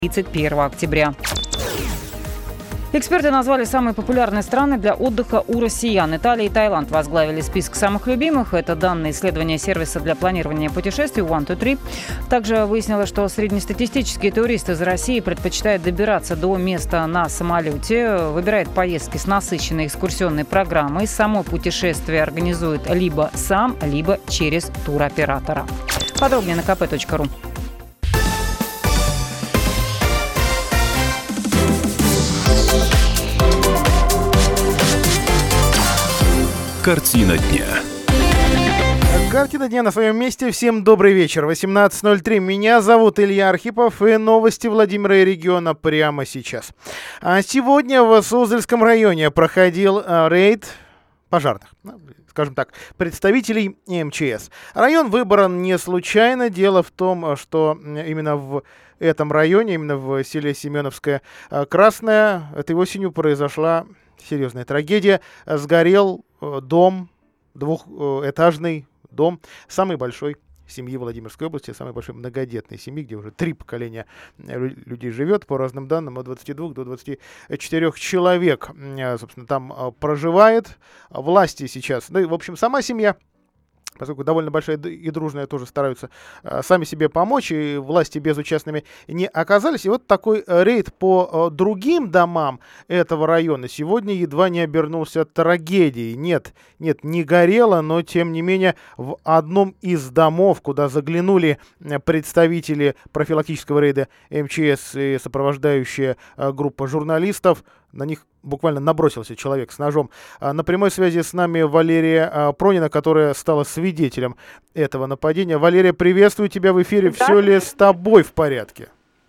31 октября. Эксперты назвали самые популярные страны для отдыха у россиян. Италия и Таиланд возглавили список самых любимых. Это данные исследования сервиса для планирования путешествий One2Trip. Также выяснилось, что среднестатистические туристы из России предпочитают добираться до места на самолете, выбирают поездки с насыщенной экскурсионной программой. Само путешествие организует либо сам, либо через туроператора. Подробнее на kp.ru. Картина дня. Картина дня на своем месте. Всем добрый вечер. 18:03. Меня зовут Илья Архипов, и новости Владимира и региона прямо сейчас. Сегодня в Суздальском районе проходил рейд пожарных, скажем так, представителей МЧС. Район выбран не случайно. Дело в том, что именно в этом районе, именно в селе Семеновское Красное, этой осенью произошла серьезная трагедия. Сгорел дом, двухэтажный дом самой большой семьи Владимирской области, самой большой многодетной семьи, где уже 3 поколения людей живет, по разным данным, от 22 до 24 человек, собственно, там проживает. Власти сейчас, ну и, в общем, сама семья, поскольку довольно большая и дружная, тоже стараются сами себе помочь, и власти безучастными не оказались. И вот такой рейд по другим домам этого района сегодня едва не обернулся трагедией. Нет, не горело, но тем не менее в одном из домов, куда заглянули представители профилактического рейда МЧС и сопровождающая группа журналистов, на них буквально набросился человек с ножом. На прямой связи с нами Валерия Пронина, которая стала свидетелем этого нападения. Валерия, приветствую тебя в эфире. Все ли с тобой в порядке?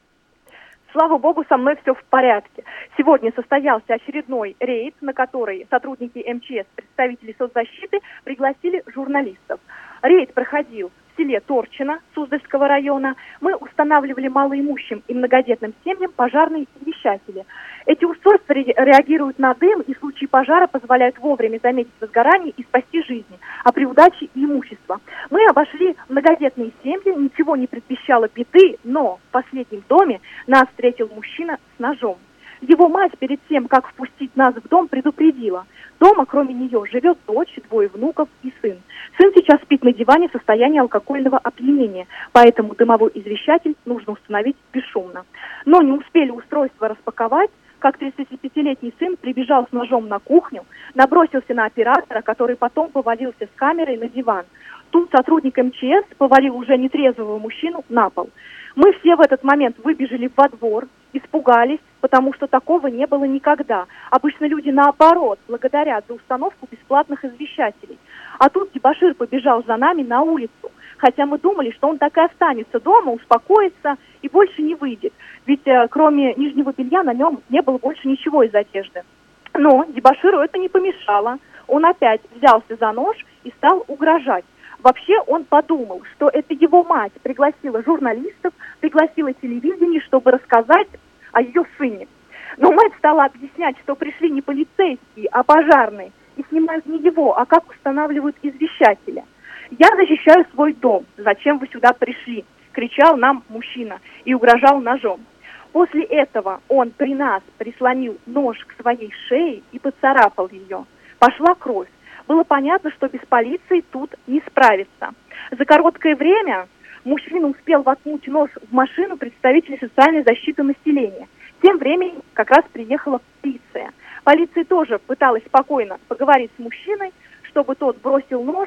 Слава богу, со мной все в порядке. Сегодня состоялся очередной рейд, на который сотрудники МЧС, представители соцзащиты пригласили журналистов. Рейд проходил в селе Торчино Суздальского района. Мы устанавливали малоимущим и многодетным семьям пожарные извещатели. Эти устройства реагируют на дым и в случае пожара позволяют вовремя заметить возгорание и спасти жизни, а при удаче и имущество. Мы обошли многодетные семьи, ничего не предвещало беды, но в последнем доме нас встретил мужчина с ножом. Его мать перед тем, как впустить нас в дом, предупредила. Дома, кроме нее, живет дочь, 2 внуков и сын. Сын сейчас спит на диване в состоянии алкогольного опьянения, поэтому дымовой извещатель нужно установить бесшумно. Но не успели устройство распаковать, как 35-летний сын прибежал с ножом на кухню, набросился на оператора, который потом повалился с камерой на диван. Тут сотрудник МЧС повалил уже нетрезвого мужчину на пол. Мы все в этот момент выбежали во двор, испугались, потому что такого не было никогда. Обычно люди, наоборот, благодарят за установку бесплатных извещателей. А тут дебошир побежал за нами на улицу, хотя мы думали, что он так и останется дома, успокоится и больше не выйдет. Ведь кроме нижнего белья на нем не было больше ничего из одежды. Но дебоширу это не помешало. Он опять взялся за нож и стал угрожать. Вообще он подумал, что это его мать пригласила журналистов, пригласила телевидение, чтобы рассказать о ее сыне. Но мать стала объяснять, что пришли не полицейские, а пожарные, и снимают не его, а как устанавливают извещателя. «Я защищаю свой дом. Зачем вы сюда пришли?» — кричал нам мужчина и угрожал ножом. После этого он при нас прислонил нож к своей шее и поцарапал ее. Пошла кровь. Было понятно, что без полиции тут не справиться. За короткое время мужчина успел воткнуть нож в машину представителей социальной защиты населения. Тем временем как раз приехала полиция. Полиция тоже пыталась спокойно поговорить с мужчиной, чтобы тот бросил нож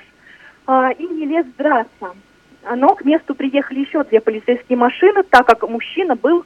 и не лез драться. Но к месту приехали еще 2 полицейские машины, так как мужчина был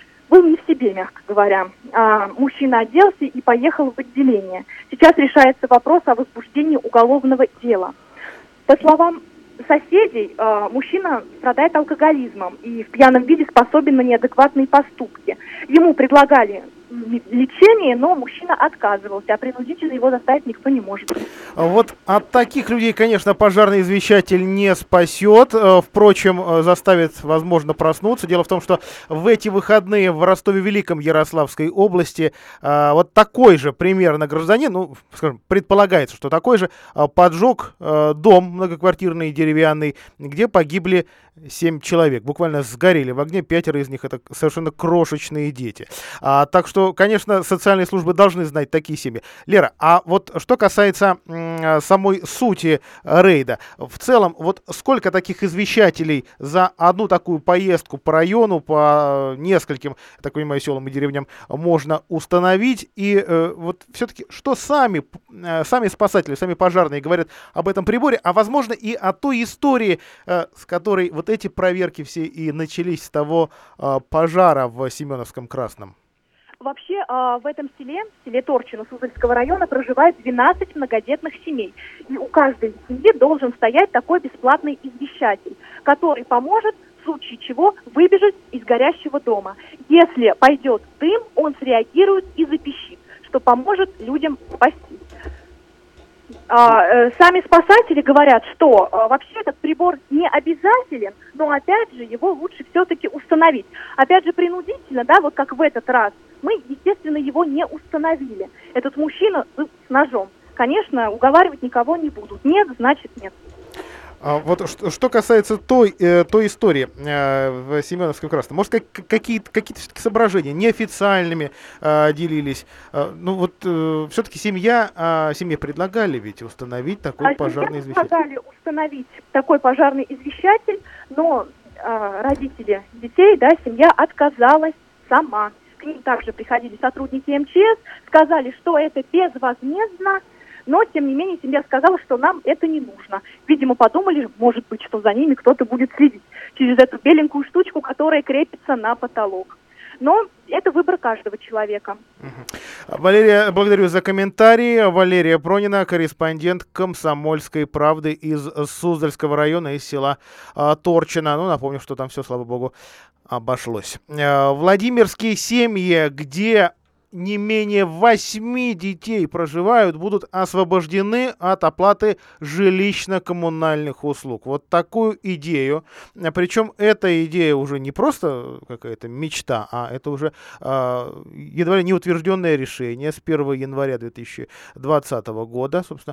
не в себе, мягко говоря. Мужчина оделся и поехал в отделение. Сейчас решается вопрос о возбуждении уголовного дела. По словам соседей, мужчина страдает алкоголизмом и в пьяном виде способен на неадекватные поступки. Ему предлагали лечение, но мужчина отказывался, а принудительно его заставить никто не может. Вот от таких людей, конечно, пожарный извещатель не спасет, впрочем, заставит, возможно, проснуться. Дело в том, что в эти выходные в Ростове-Великом Ярославской области вот такой же примерно гражданин, ну, скажем, предполагается, что такой же, поджег дом многоквартирный, деревянный, где погибли 7 человек буквально сгорели в огне, 5 из них это совершенно крошечные дети. Так что, конечно, социальные службы должны знать такие семьи. Лера, а вот что касается самой сути рейда, в целом, вот сколько таких извещателей за одну такую поездку по району, по нескольким, я так понимаю, селам и деревням можно установить? И вот все-таки, что сами спасатели, сами пожарные говорят об этом приборе, а возможно и о той истории, с которой вот эти проверки все и начались с того пожара в Семеновском Красном? Вообще в этом селе Торчино Суздальского района, проживает 12 многодетных семей. И у каждой семьи должен стоять такой бесплатный извещатель, который поможет в случае чего выбежать из горящего дома. Если пойдет дым, он среагирует и запищит, что поможет людям спастись. Сами спасатели говорят, что вообще этот прибор не обязателен, но опять же его лучше все-таки установить. Опять же принудительно, да, вот как в этот раз, мы, естественно, его не установили. Этот мужчина с ножом. Конечно, уговаривать никого не будут. Нет, значит нет. Вот что касается той истории в Семеновском Красном, может, какие-то все-таки соображения неофициальными делились? Ну вот все-таки семье предлагали ведь установить такой пожарный извещатель. Предлагали установить такой пожарный извещатель, но родители детей, да, семья отказалась сама. К ним также приходили сотрудники МЧС, сказали, что это безвозмездно. Но, тем не менее, семья сказала, что нам это не нужно. Видимо, подумали, может быть, что за ними кто-то будет следить через эту беленькую штучку, которая крепится на потолок. Но это выбор каждого человека. Валерия, благодарю за комментарии. Валерия Пронина, корреспондент «Комсомольской правды» из Суздальского района, из села Торчино. Ну, напомню, что там все, слава богу, обошлось. Владимирские семьи, где не менее 8 детей проживают, будут освобождены от оплаты жилищно-коммунальных услуг. Вот такую идею. Причем эта идея уже не просто какая-то мечта, а это уже едва ли не утвержденное решение с 1 января 2020 года. Собственно,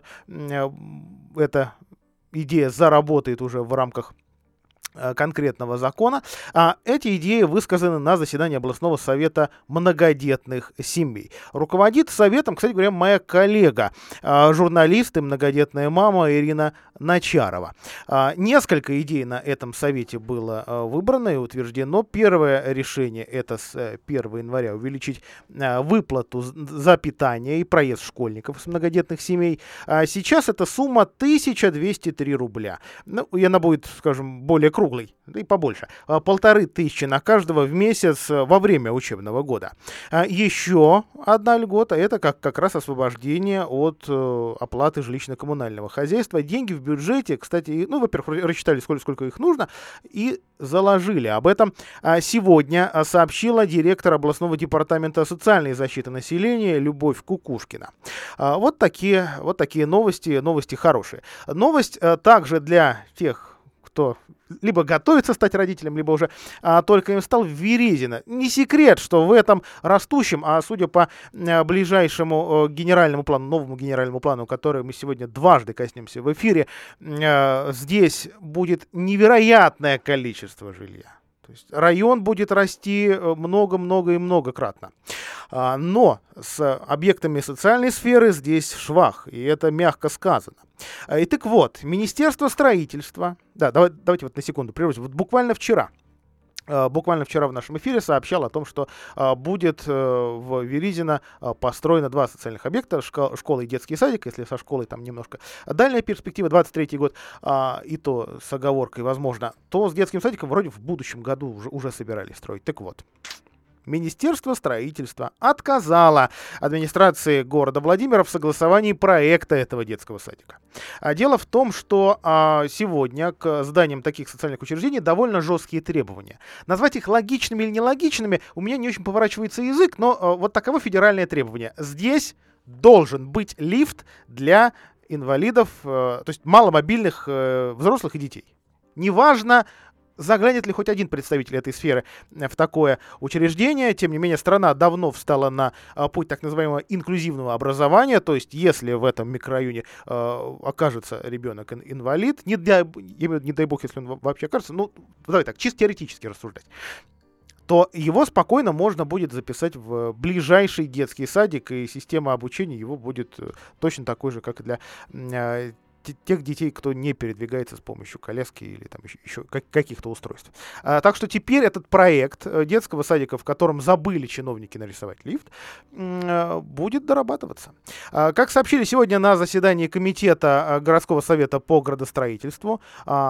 эта идея заработает уже в рамках конкретного закона. Эти идеи высказаны на заседании областного совета многодетных семей. Руководит советом, кстати говоря, моя коллега, журналист и многодетная мама Ирина Начарова. Несколько идей на этом совете было выбрано и утверждено. Первое решение — это с 1 января увеличить выплату за питание и проезд школьников из многодетных семей. Сейчас эта сумма 1203 рубля. Ну, и она будет, скажем, более круглый, да и побольше. 1500 на каждого в месяц во время учебного года. Еще одна льгота — это как раз освобождение от оплаты жилищно-коммунального хозяйства. Деньги в бюджете, кстати, ну, во-первых, рассчитали, сколько их нужно, и заложили. Об этом сегодня сообщила директор областного департамента социальной защиты населения Любовь Кукушкина. Вот такие новости хорошие. Новость также для тех, кто либо готовится стать родителем, либо уже только им стал, в Верезино. Не секрет, что в этом растущем, а судя по ближайшему генеральному плану, новому генеральному плану, который мы сегодня дважды коснемся в эфире, здесь будет невероятное количество жилья. То есть район будет расти много-много и многократно. Но с объектами социальной сферы здесь швах, и это мягко сказано. И так вот, Министерство строительства, да, давайте вот на секунду прервусь, вот буквально вчера в нашем эфире сообщал о том, что будет в Верезино построено 2 социальных объекта, школа и детский садик, если со школой там немножко дальняя перспектива, 23-й год, и то с оговоркой возможно, то с детским садиком вроде в будущем году уже собирались строить. Так вот, Министерство строительства отказало администрации города Владимира в согласовании проекта этого детского садика. Дело в том, что сегодня к зданиям таких социальных учреждений довольно жесткие требования. Назвать их логичными или нелогичными у меня не очень поворачивается язык, но вот таково федеральное требование. Здесь должен быть лифт для инвалидов, то есть маломобильных взрослых и детей. Неважно, заглянет ли хоть один представитель этой сферы в такое учреждение. Тем не менее, страна давно встала на путь так называемого инклюзивного образования, то есть если в этом микрорайоне окажется ребенок инвалид, не дай бог, если он вообще окажется, ну, давай так, чисто теоретически рассуждать, то его спокойно можно будет записать в ближайший детский садик, и система обучения его будет точно такой же, как и для тех детей, кто не передвигается с помощью коляски или там еще каких-то устройств. Так что теперь этот проект детского садика, в котором забыли чиновники нарисовать лифт, будет дорабатываться. Как сообщили сегодня на заседании комитета городского совета по градостроительству,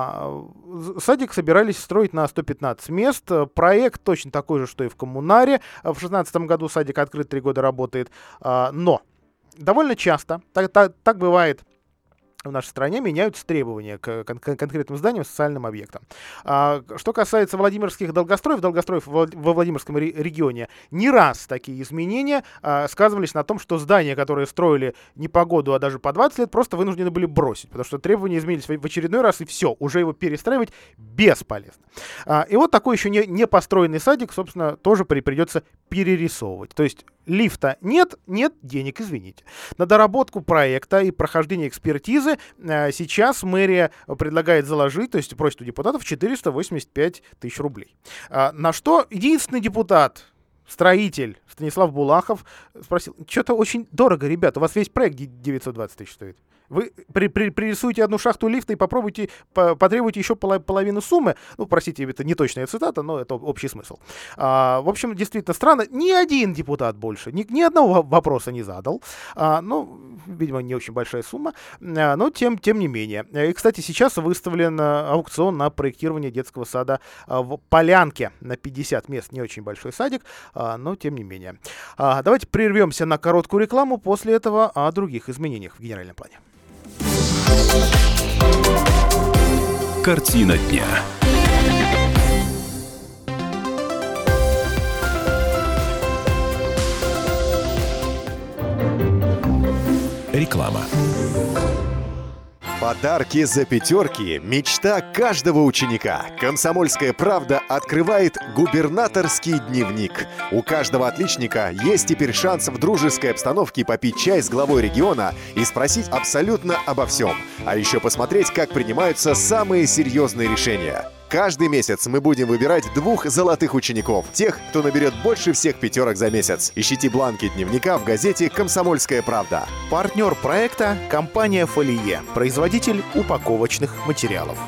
садик собирались строить на 115 мест. Проект точно такой же, что и в коммунаре. В 2016 году садик открыт, 3 года работает. Но довольно часто, так бывает, в нашей стране меняются требования к конкретным зданиям, социальным объектам. Что касается Владимирских долгостроев во Владимирском регионе, не раз такие изменения сказывались на том, что здания, которые строили не по году, а даже по 20 лет, просто вынуждены были бросить, потому что требования изменились в очередной раз, и все, уже его перестраивать бесполезно. И вот такой еще не построенный садик, собственно, тоже придется перерисовывать. То есть лифта нет денег, извините. На доработку проекта и прохождение экспертизы сейчас мэрия предлагает заложить, то есть просит у депутатов 485 тысяч рублей. На что единственный депутат, строитель Станислав Булахов, спросил: что-то очень дорого, ребята, у вас весь проект 920 тысяч стоит. Вы пририсуете одну шахту лифта и попробуйте, потребуйте еще половину суммы. Ну, простите, это не точная цитата, но это общий смысл. В общем, действительно странно. Ни один депутат больше ни одного вопроса не задал. Ну, видимо, не очень большая сумма. Но тем не менее. И, кстати, сейчас выставлен аукцион на проектирование детского сада в Полянке на 50 мест. Не очень большой садик, но тем не менее. Давайте прервемся на короткую рекламу. После этого о других изменениях в генеральном плане. Картина дня. Реклама. Подарки за пятерки – мечта каждого ученика. «Комсомольская правда» открывает губернаторский дневник. У каждого отличника есть теперь шанс в дружеской обстановке попить чай с главой региона и спросить абсолютно обо всем. А еще посмотреть, как принимаются самые серьезные решения. Каждый месяц мы будем выбирать 2 золотых учеников. Тех, кто наберет больше всех пятерок за месяц. Ищите бланки дневника в газете «Комсомольская правда». Партнер проекта – компания «Фолие», производитель упаковочных материалов.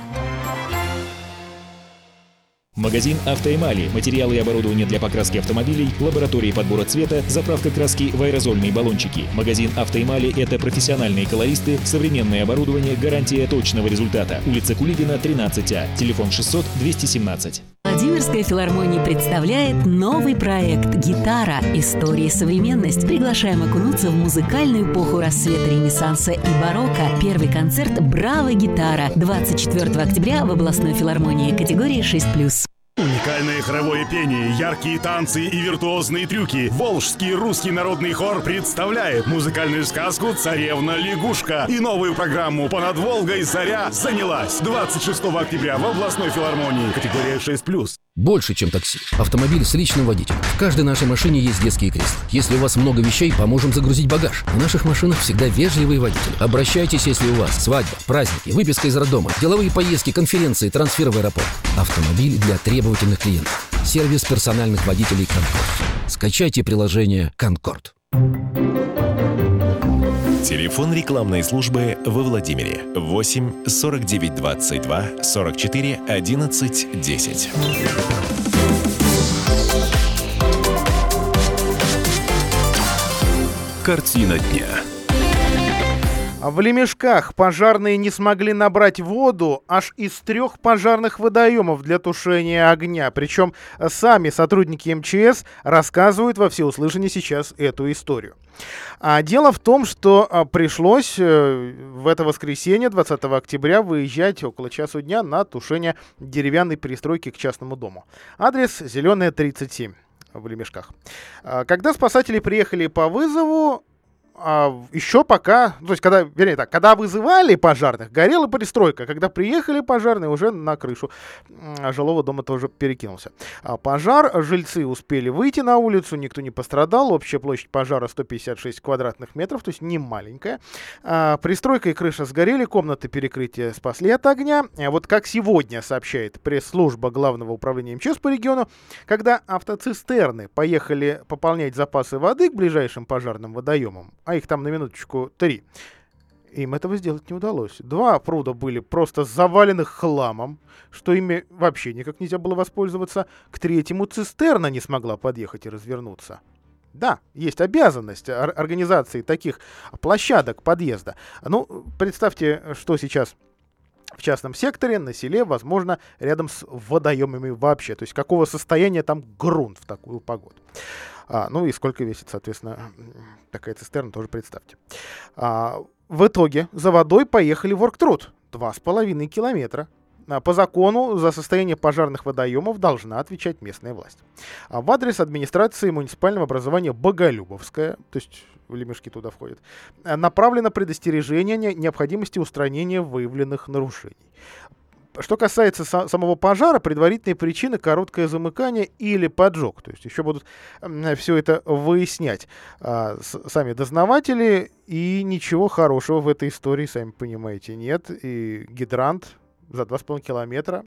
Магазин «Автоэмали». Материалы и оборудование для покраски автомобилей, лаборатории подбора цвета, заправка краски в аэрозольные баллончики. Магазин «Автоэмали» — это профессиональные колористы, современное оборудование, гарантия точного результата. Улица Кулибина, 13А. Телефон 600-217. Владимирская филармония представляет новый проект «Гитара. История и современность». Приглашаем окунуться в музыкальную эпоху расцвета Ренессанса и барокко. Первый концерт «Браво! Гитара» 24 октября в областной филармонии категории 6+. Уникальное хоровое пение, яркие танцы и виртуозные трюки. Волжский русский народный хор представляет музыкальную сказку «Царевна-лягушка» и новую программу «Понад Волгой заря занялась» 26 октября в областной филармонии, категория 6+. Больше, чем такси. Автомобиль с личным водителем. В каждой нашей машине есть детские кресла. Если у вас много вещей, поможем загрузить багаж. В наших машинах всегда вежливые водители. Обращайтесь, если у вас свадьба, праздники, выписка из роддома, деловые поездки, конференции, трансфер в аэропорт. Автомобиль для требовательных клиентов. Сервис персональных водителей «Конкорд». Скачайте приложение «Конкорд». Телефон рекламной службы во Владимире 8 49 22 44 11 10. Картина дня. В Лемешках пожарные не смогли набрать воду аж из 3 пожарных водоемов для тушения огня. Причем сами сотрудники МЧС рассказывают во всеуслышание сейчас эту историю. А дело в том, что пришлось в это воскресенье, 20 октября, выезжать около часу дня на тушение деревянной пристройки к частному дому. Адрес Зеленая, 37 в Лемешках. Когда спасатели приехали по вызову, еще пока, то есть когда вызывали пожарных, горела пристройка. Когда приехали пожарные, уже на крышу жилого дома тоже перекинулся. Пожар, жильцы успели выйти на улицу, никто не пострадал. Общая площадь пожара 156 квадратных метров, то есть не маленькая. Пристройка и крыша сгорели, комнаты перекрытия спасли от огня. Вот как сегодня сообщает пресс-служба Главного управления МЧС по региону, когда автоцистерны поехали пополнять запасы воды к ближайшим пожарным водоемам, а их там на минуточку 3. Им этого сделать не удалось. 2 пруда были просто завалены хламом, что ими вообще никак нельзя было воспользоваться. К 3-му цистерна не смогла подъехать и развернуться. Да, есть обязанность организации таких площадок подъезда. Ну, представьте, что сейчас в частном секторе, на селе, возможно, рядом с водоемами вообще. То есть какого состояния там грунт в такую погоду. Ну и сколько весит, соответственно, такая цистерна, тоже представьте. В итоге за водой поехали в оргтруд. 2,5 километра. По закону за состояние пожарных водоемов должна отвечать местная власть. В адрес администрации муниципального образования Боголюбовская, то есть лемешки туда входят, направлено предостережение необходимости устранения выявленных нарушений. Что касается самого пожара, предварительные причины — короткое замыкание или поджог. То есть еще будут все это выяснять сами дознаватели. И ничего хорошего в этой истории, сами понимаете, нет. И гидрант за 2,5 километра.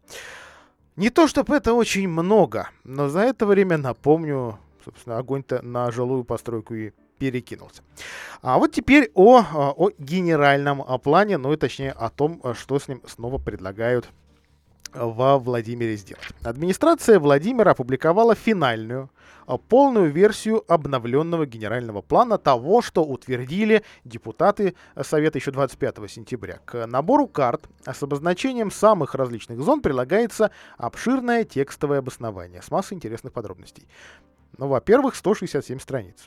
Не то чтобы это очень много, но за это время, напомню, собственно, огонь-то на жилую постройку и перекинулся. А вот теперь о генеральном плане, ну и точнее о том, что с ним снова предлагают во Владимире сделать. Администрация Владимира опубликовала финальную, полную версию обновленного генерального плана того, что утвердили депутаты Совета еще 25 сентября. К набору карт с обозначением самых различных зон прилагается обширное текстовое обоснование с массой интересных подробностей. Ну, во-первых, 167 страниц.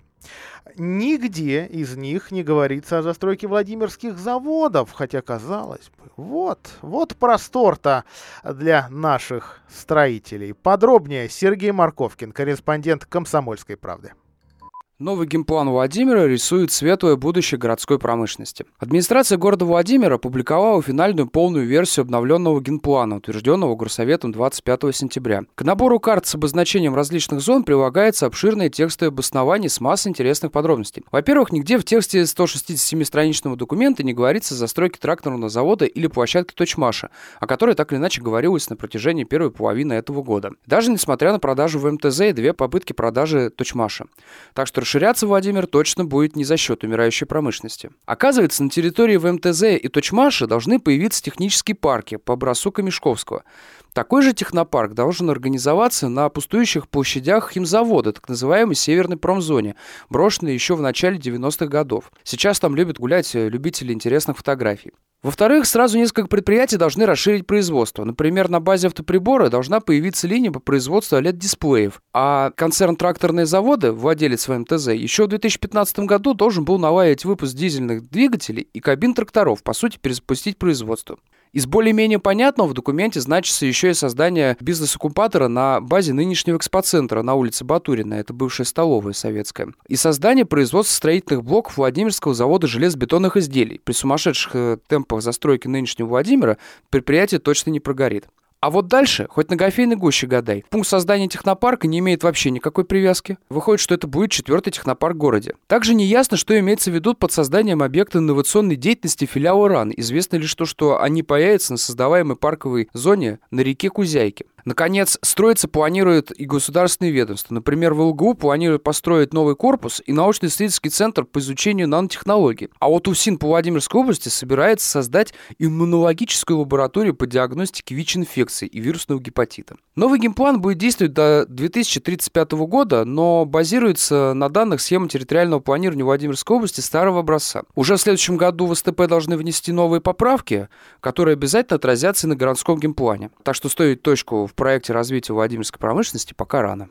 Нигде из них не говорится о застройке владимирских заводов, хотя, казалось бы, вот простор-то для наших строителей. Подробнее Сергей Марковкин, корреспондент «Комсомольской правды». Новый генплан Владимира рисует светлое будущее городской промышленности. Администрация города Владимира опубликовала финальную полную версию обновленного генплана, утвержденного Горсоветом 25 сентября. К набору карт с обозначением различных зон прилагается обширное текстовое обоснование с массой интересных подробностей. Во-первых, нигде в тексте 167-страничного документа не говорится о застройке тракторного завода или площадки Точмаша, о которой так или иначе говорилось на протяжении первой половины этого года. Даже несмотря на продажу в МТЗ и 2 попытки продажи Точмаша. Так что расширяться Владимир точно будет не за счет умирающей промышленности. Оказывается, на территории ВМТЗ и Точмаша должны появиться технические парки по образцу Камешковского. Такой же технопарк должен организоваться на пустующих площадях химзавода, так называемой Северной промзоне, брошенной еще в начале 90-х годов. Сейчас там любят гулять любители интересных фотографий. Во-вторых, сразу несколько предприятий должны расширить производство. Например, на базе автоприбора должна появиться линия по производству OLED-дисплеев, а концерн «Тракторные заводы», владелец ВМТЗ, еще в 2015 году должен был наладить выпуск дизельных двигателей и кабин тракторов, по сути, перезапустить производство. Из более-менее понятного в документе значится еще и создание бизнес-оккупатора на базе нынешнего экспоцентра на улице Батурина, это бывшая столовая советская, и создание производства строительных блоков Владимирского завода железобетонных изделий. При сумасшедших темпах застройки нынешнего Владимира предприятие точно не прогорит. А вот дальше, хоть на кофейной гуще гадай, пункт создания технопарка не имеет вообще никакой привязки. Выходит, что это будет 4-й технопарк в городе. Также неясно, что имеется в виду под созданием объекта инновационной деятельности филиала РАН. Известно лишь то, что они появятся на создаваемой парковой зоне на реке Кузяйки. Наконец, строиться планирует и государственные ведомства. Например, в ЛГУ планируют построить новый корпус и научно-исследовательский центр по изучению нанотехнологий. А вот УФСИН по Владимирской области собирается создать иммунологическую лабораторию по диагностике ВИЧ-инфекции и вирусного гепатита. Новый генплан будет действовать до 2035 года, но базируется на данных схемы территориального планирования Владимирской области старого образца. Уже в следующем году в СТП должны внести новые поправки, которые обязательно отразятся и на городском генплане. Так что ставить точку в проекте развития Владимирской промышленности пока рано.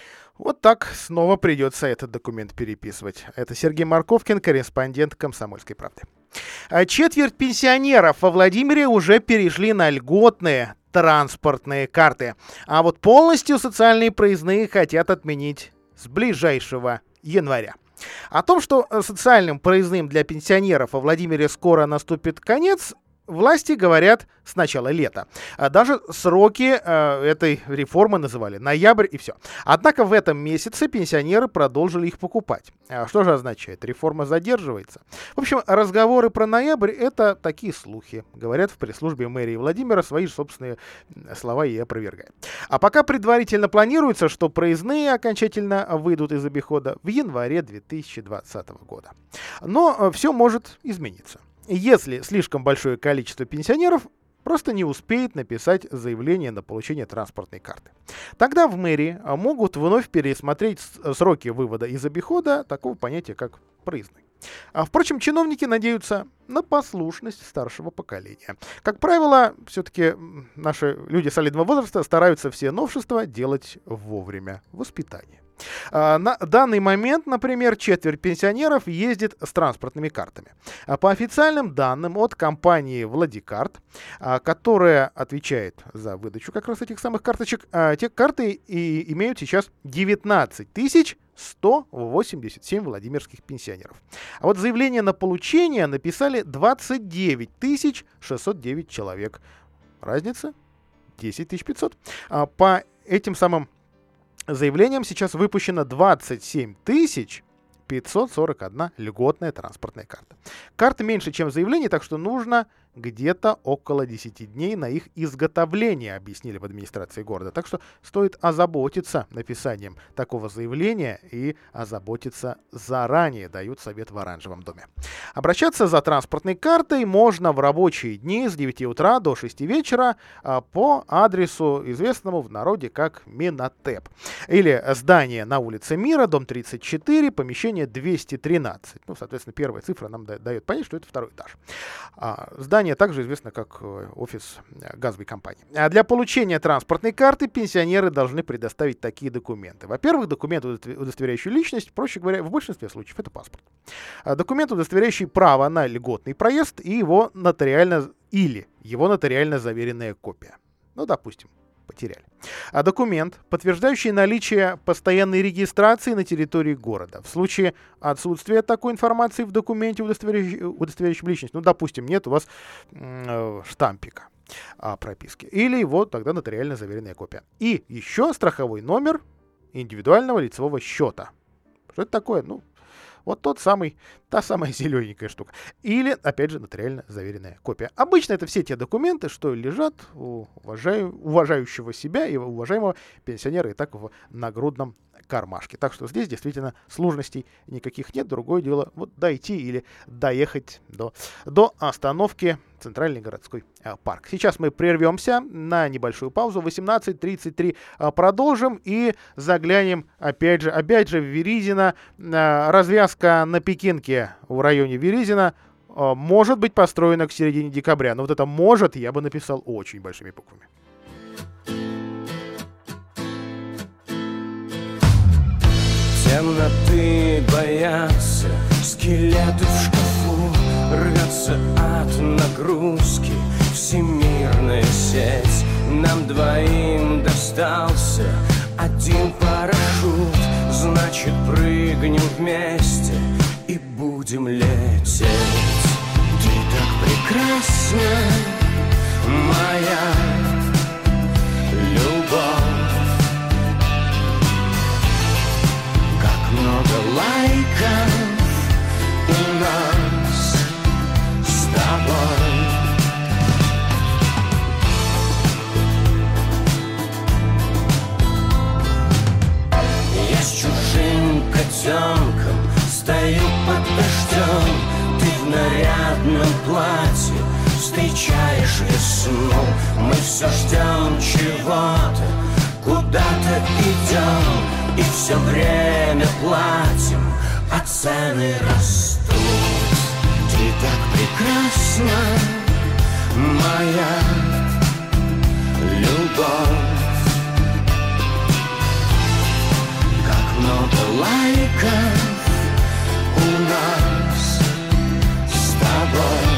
Вот так снова придется этот документ переписывать. Это Сергей Марковкин, корреспондент «Комсомольской правды». Четверть пенсионеров во Владимире уже перешли на льготные транспортные карты. А вот полностью социальные проездные хотят отменить с ближайшего января. О том, что социальным проездным для пенсионеров во Владимире скоро наступит конец, власти говорят с начала лета. Даже сроки этой реформы называли ноябрь и все. Однако в этом месяце пенсионеры продолжили их покупать. Что же означает? Реформа задерживается. В общем, разговоры про ноябрь — это такие слухи. Говорят в пресс-службе мэрии Владимира, свои собственные слова и опровергают. А пока предварительно планируется, что проездные окончательно выйдут из обихода в январе 2020 года. Но все может измениться. Если слишком большое количество пенсионеров просто не успеет написать заявление на получение транспортной карты. Тогда в мэрии могут вновь пересмотреть сроки вывода из обихода такого понятия, как проездной. Впрочем, чиновники надеются на послушность старшего поколения. Как правило, все-таки наши люди солидного возраста стараются все новшества делать вовремя. Воспитание. На данный момент, например, четверть пенсионеров ездит с транспортными картами. По официальным данным от компании «Владикарт», которая отвечает за выдачу как раз этих самых карточек, те карты и имеют сейчас 19 187 владимирских пенсионеров. А вот заявление на получение написали 29 609 человек. Разница 10 500. По этим самым заявлением сейчас выпущено 27 541 льготная транспортная карта. Карты меньше, чем заявление, так что нужно где-то около 10 дней на их изготовление, объяснили в администрации города. Так что стоит озаботиться написанием такого заявления и озаботиться заранее, дают совет в Оранжевом доме. Обращаться за транспортной картой можно в рабочие дни с 9 утра до 6 вечера по адресу, известному в народе как Минотеп. Или здание на улице Мира, дом 34, помещение 213. Ну, соответственно, первая цифра нам дает понять, что это второй этаж. Здание также известно как офис газовой компании. А для получения транспортной карты пенсионеры должны предоставить такие документы. Во-первых, документ, удостоверяющий личность, проще говоря, в большинстве случаев это паспорт. Документ, удостоверяющий право на льготный проезд и его нотариально заверенная копия. Ну, допустим, потеряли. А документ, подтверждающий наличие постоянной регистрации на территории города. В случае отсутствия такой информации в документе, удостоверяющем личность, ну, допустим, нет у вас штампика о прописке. Или его тогда нотариально заверенная копия. И еще страховой номер индивидуального лицевого счета. Что это такое? Ну, вот та самая зелененькая штука. Или, опять же, нотариально заверенная копия. Обычно это все те документы, что лежат у уважающего себя и уважаемого пенсионера и так в нагрудном кармашке. Так что здесь действительно сложностей никаких нет. Другое дело вот дойти или доехать до остановки Центральный городской парк. Сейчас мы прервемся на небольшую паузу. 18:33 продолжим и заглянем опять же в Веризино. Развязка на Пекинке в районе Веризино может быть построена к середине декабря. Но вот это «может» я бы написал очень большими буквами. Темноты боятся, скелеты в шкафу, рвется от нагрузки всемирная сеть. Нам двоим достался один парашют, значит прыгнем вместе и будем лететь. Ты так прекрасна, моя любовь. Много лайков у нас с тобой. Я с чужим котенком стою под дождем. Ты в нарядном платье встречаешь весну. Мы все ждем чего-то, куда-то идем. И все время платим, а цены растут. Ты так прекрасна, моя любовь. Как много лайков у нас с тобой.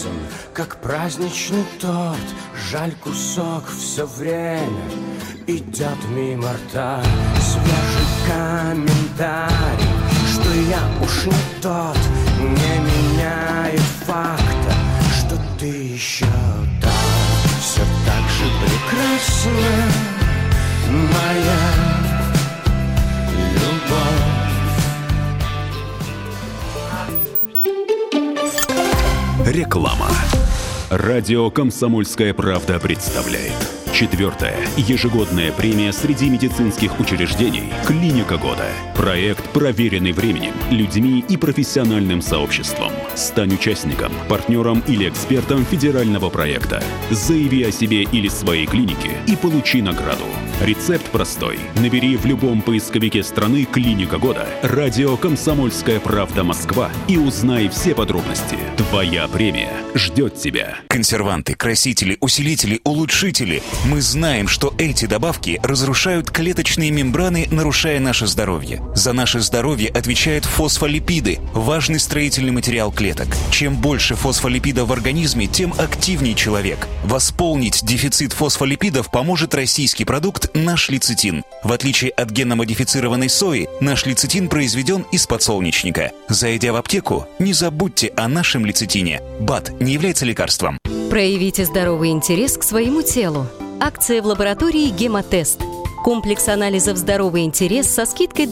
вкусен, как праздничный торт. Жаль, кусок все время идет мимо рта. Свежий комментарий, что я уж не тот, не меняет факта, что ты еще там. Все так же прекрасна моя любовь. Реклама. Радио «Комсомольская правда» представляет. 4-я ежегодная премия среди медицинских учреждений «Клиника года». Проект, проверенный временем, людьми и профессиональным сообществом. Стань участником, партнером или экспертом федерального проекта. Заяви о себе или своей клинике и получи награду. Рецепт простой. Набери в любом поисковике страны «Клиника года», радио «Комсомольская правда» Москва и узнай все подробности. Твоя премия ждет тебя. Консерванты, красители, усилители, улучшители. Мы знаем, что эти добавки разрушают клеточные мембраны, нарушая наше здоровье. За наше здоровье отвечают фосфолипиды, важный строительный материал клеток. Чем больше фосфолипидов в организме, тем активнее человек. Восполнить дефицит фосфолипидов поможет российский продукт «Наш лецитин». В отличие от генно-модифицированной сои, наш лецитин произведен из подсолнечника. Зайдя в аптеку, не забудьте о нашем лецитине. БАД не является лекарством. Проявите здоровый интерес к своему телу. Акция в лаборатории «Гемотест». Комплекс анализов «Здоровый интерес» со скидкой до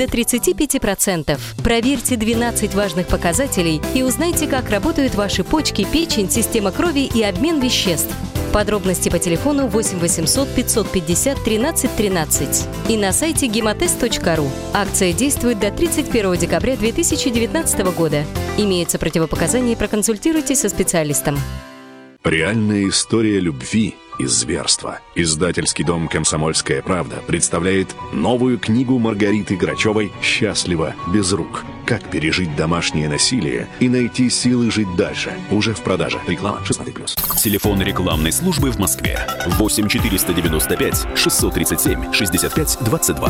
35%. Проверьте 12 важных показателей и узнайте, как работают ваши почки, печень, система крови и обмен веществ. Подробности по телефону 8 800 550 13 13 и на сайте gematest.ru. Акция действует до 31 декабря 2019 года. Имеются противопоказания, проконсультируйтесь со специалистом. Реальная история любви и зверства. Издательский дом «Комсомольская правда» представляет новую книгу Маргариты Грачевой «Счастливо без рук. Как пережить домашнее насилие и найти силы жить дальше». Уже в продаже. Реклама 16+. Телефон рекламной службы в Москве 8 495 637 65 22.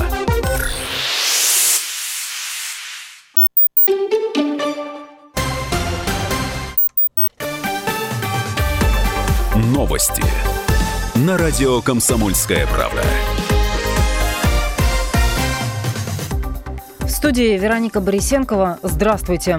Новости на радио «Комсомольская правда». В студии Вероника Борисенкова. Здравствуйте.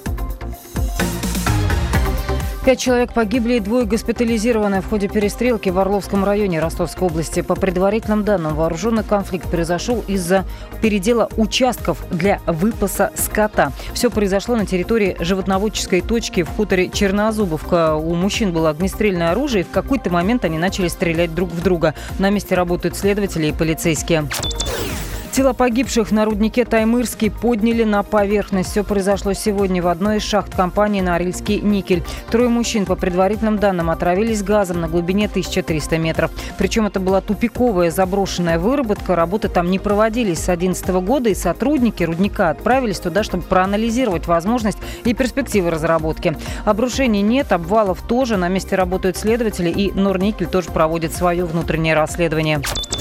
5 человек погибли и 2 госпитализированы в ходе перестрелки в Орловском районе Ростовской области. По предварительным данным, вооруженный конфликт произошел из-за передела участков для выпаса скота. Все произошло на территории животноводческой точки в хуторе Чернозубовка. У мужчин было огнестрельное оружие, и в какой-то момент они начали стрелять друг в друга. На месте работают следователи и полицейские. Тела погибших на руднике Таймырский подняли на поверхность. Все произошло сегодня в одной из шахт компании «Норильский никель». 3 мужчин, по предварительным данным, отравились газом на глубине 1300 метров. Причем это была тупиковая заброшенная выработка. Работы там не проводились с 2011 года, и сотрудники рудника отправились туда, чтобы проанализировать возможность и перспективы разработки. Обрушений нет, обвалов тоже. На месте работают следователи, и Норникель тоже проводит свое внутреннее расследование.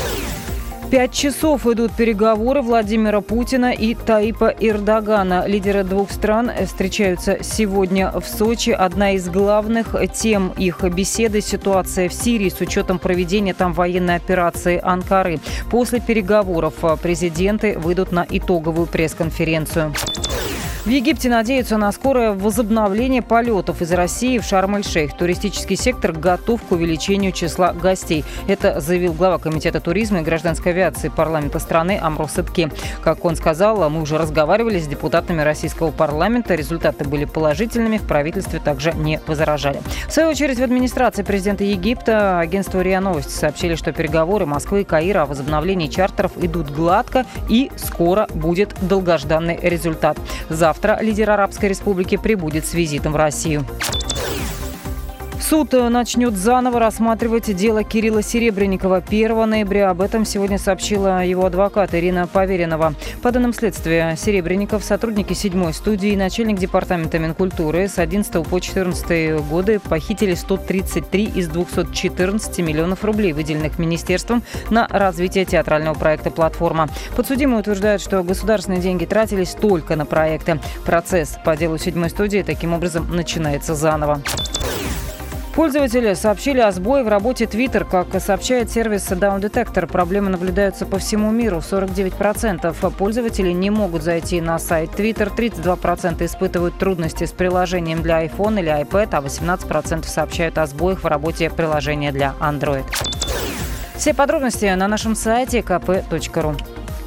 5 часов идут переговоры Владимира Путина и Таипа Эрдогана. Лидеры 2 стран встречаются сегодня в Сочи. Одна из главных тем их беседы – ситуация в Сирии с учетом проведения там военной операции Анкары. После переговоров президенты выйдут на итоговую пресс-конференцию. В Египте надеются на скорое возобновление полетов из России в Шарм-эль-Шейх. Туристический сектор готов к увеличению числа гостей. Это заявил глава Комитета туризма и гражданской авиации парламента страны Амро Сытки. Как он сказал, мы уже разговаривали с депутатами российского парламента. Результаты были положительными, в правительстве также не возражали. В свою очередь, в администрации президента Египта агентству РИА Новости сообщили, что переговоры Москвы и Каира о возобновлении чартеров идут гладко и скоро будет долгожданный результат. Завтра лидер Арабской Республики прибудет с визитом в Россию. Суд начнет заново рассматривать дело Кирилла Серебренникова 1 ноября. Об этом сегодня сообщила его адвокат Ирина Поверенова. По данным следствия, Серебренников, сотрудники 7-й студии и начальник департамента Минкультуры с 11 по 14 годы похитили 133 из 214 миллионов рублей, выделенных министерством на развитие театрального проекта «Платформа». Подсудимые утверждают, что государственные деньги тратились только на проекты. Процесс по делу 7-й студии таким образом начинается заново. Пользователи сообщили о сбое в работе Twitter. Как сообщает сервис Down Detector, проблемы наблюдаются по всему миру. 49% пользователей не могут зайти на сайт Twitter, 32% испытывают трудности с приложением для iPhone или iPad, а 18% сообщают о сбоях в работе приложения для Android. Все подробности на нашем сайте kp.ru.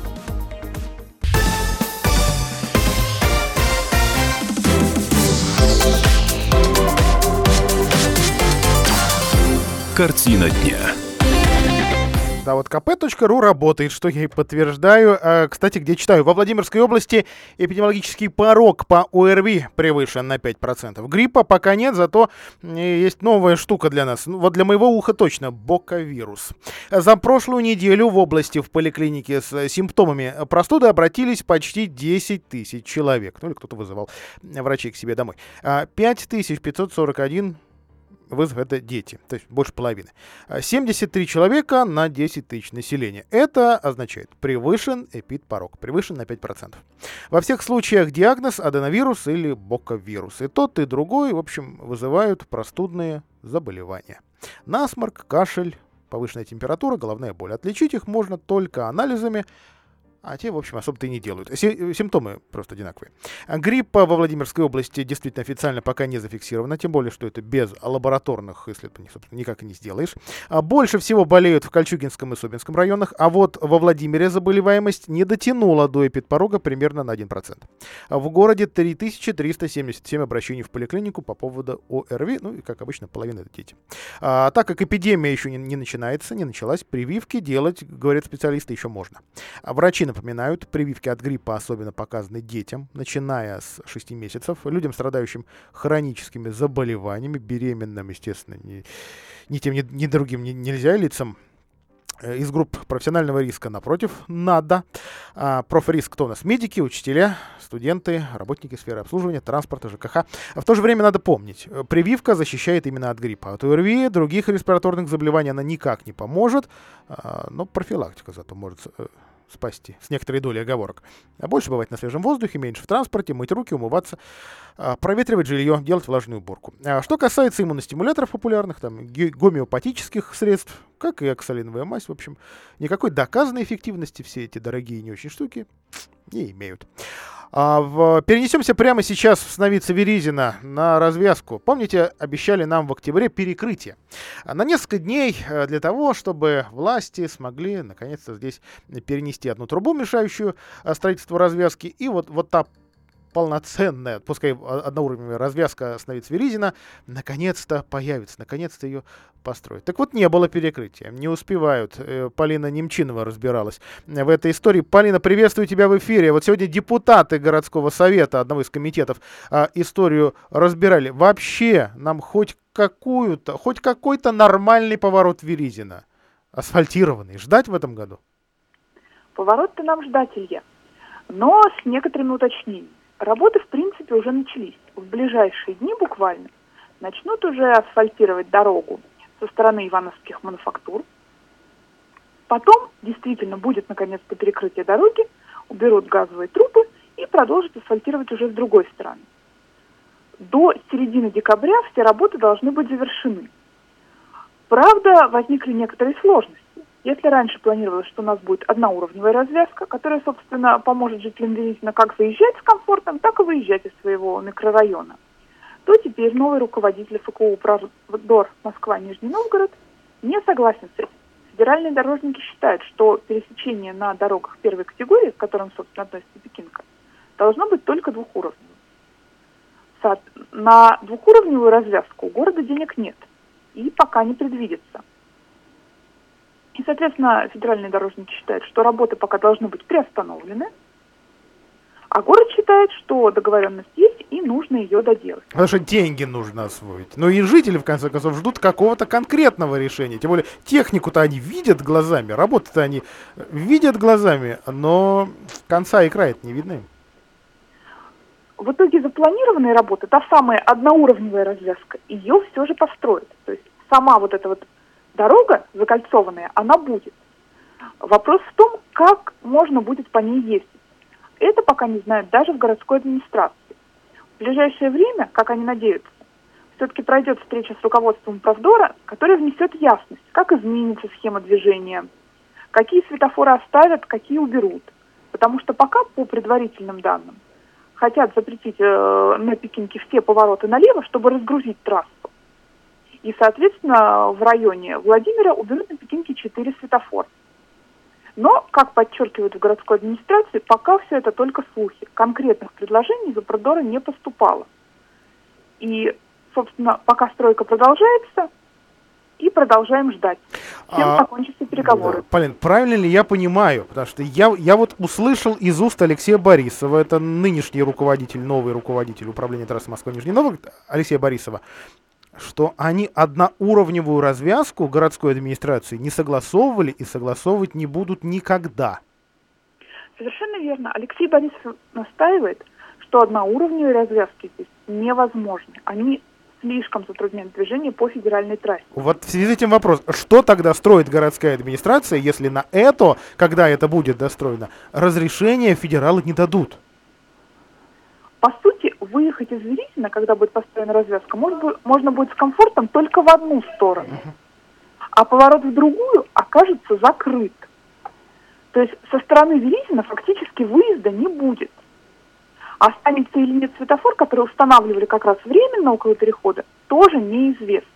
Картина дня. Да, вот kp.ru работает, что я и подтверждаю. Кстати, где читаю, во Владимирской области эпидемиологический порог по ОРВИ превышен на 5%. Гриппа пока нет, зато есть новая штука для нас. Вот для моего уха точно, боковирус. За прошлую неделю в области в поликлинике с симптомами простуды обратились почти 10 тысяч человек. Ну или кто-то вызывал врачей к себе домой. 5541 вызов — это дети, то есть больше половины. 73 человека на 10 тысяч населения. Это означает превышен эпидпорог, превышен на 5%. Во всех случаях диагноз аденовирус или боковирус. И тот, и другой, в общем, вызывают простудные заболевания. Насморк, кашель, повышенная температура, головная боль. Отличить их можно только анализами, а те, в общем, особо-то и не делают. Симптомы просто одинаковые. Гриппа во Владимирской области действительно официально пока не зафиксировано, тем более, что это без лабораторных исследований, собственно, никак и не сделаешь. Больше всего болеют в Кольчугинском и Собинском районах, а вот во Владимире заболеваемость не дотянула до эпидпорога примерно на 1%. В городе 3377 обращений в поликлинику по поводу ОРВИ, ну и, как обычно, половина — это дети. Так как эпидемия еще не началась, прививки делать, говорят специалисты, еще можно. Врачи напоминают, прививки от гриппа особенно показаны детям, начиная с 6 месяцев, людям, страдающим хроническими заболеваниями, беременным, естественно, ни тем, ни другим нельзя, лицам из групп профессионального риска, напротив, надо. Профриск кто у нас? Медики, учителя, студенты, работники сферы обслуживания, транспорта, ЖКХ. В то же время надо помнить, прививка защищает именно от гриппа. От ОРВИ, других респираторных заболеваний она никак не поможет, но профилактика зато может спасти, с некоторой долей оговорок. А больше бывать на свежем воздухе, меньше в транспорте, мыть руки, умываться, проветривать жилье, делать влажную уборку. Что касается иммуностимуляторов популярных, там, гомеопатических средств, как и оксалиновая мазь, в общем, никакой доказанной эффективности все эти дорогие не очень штуки не имеют. Перенесемся прямо сейчас в Сновице-Веризино на развязку. Помните, обещали нам в октябре перекрытие на несколько дней для того, чтобы власти смогли наконец-то здесь перенести одну трубу, мешающую строительству развязки, и вот та полноценная, пускай одноуровневая развязка Сновице-Веризино наконец-то появится, наконец-то ее построят. Так вот, не было перекрытия, не успевают. Полина Немчинова разбиралась в этой истории. Полина, приветствую тебя в эфире. Вот сегодня депутаты городского совета, одного из комитетов, историю разбирали. Вообще нам хоть какой-то нормальный поворот Веризино, асфальтированный, ждать в этом году? Поворот-то нам ждать, Илья, но с некоторыми уточнениями. Работы, в принципе, уже начались. В ближайшие дни буквально начнут уже асфальтировать дорогу со стороны ивановских мануфактур. Потом действительно будет наконец-то перекрытие дороги, уберут газовые трубы и продолжат асфальтировать уже с другой стороны. До середины декабря все работы должны быть завершены. Правда, возникли некоторые сложности. Если раньше планировалось, что у нас будет одноуровневая развязка, которая, собственно, поможет жителям Веризино как заезжать с комфортом, так и выезжать из своего микрорайона, то теперь новый руководитель ФКУ «Правдор Москва-Нижний Новгород» не согласен с этим. Федеральные дорожники считают, что пересечение на дорогах первой категории, к которым, собственно, относится Пекинка, должно быть только двухуровневым. На двухуровневую развязку у города денег нет и пока не предвидится. И, соответственно, федеральные дорожники считают, что работы пока должны быть приостановлены, а город считает, что договоренность есть и нужно ее доделать. Потому что деньги нужно освоить. Но и жители, в конце концов, ждут какого-то конкретного решения. Тем более технику-то они видят глазами, работу-то они видят глазами, но конца и края не видно им. В итоге запланированные работы, та самая одноуровневая развязка, ее все же построят. То есть сама вот эта вот дорога закольцованная, она будет. Вопрос в том, как можно будет по ней ездить. Это пока не знают даже в городской администрации. В ближайшее время, как они надеются, все-таки пройдет встреча с руководством Правдора, которая внесет ясность, как изменится схема движения, какие светофоры оставят, какие уберут. Потому что пока, по предварительным данным, хотят запретить на Пекинке все повороты налево, чтобы разгрузить трассу. И, соответственно, в районе Владимира уберут на Пекинке 4 светофора. Но, как подчеркивают в городской администрации, пока все это только слухи. Конкретных предложений из Правдора не поступало. И, собственно, пока стройка продолжается, и продолжаем ждать, чем закончатся переговоры. Полин, правильно ли я понимаю, потому что я вот услышал из уст Алексея Борисова, это нынешний руководитель, новый руководитель управления трассы Москва-Нижний Новгород, Алексея Борисова, что они одноуровневую развязку городской администрации не согласовывали и согласовывать не будут никогда. Совершенно верно. Алексей Борисов настаивает, что одноуровневые развязки здесь невозможны. Они слишком затрудняют движение по федеральной трассе. Вот в связи с этим вопрос, что тогда строит городская администрация, если на это, когда это будет достроено, разрешение федералы не дадут? По сути, выехать из Веризина, когда будет построена развязка, можно будет с комфортом только в одну сторону, а поворот в другую окажется закрыт. То есть со стороны Веризина фактически выезда не будет. Останется или нет светофор, который устанавливали как раз временно около перехода, тоже неизвестно.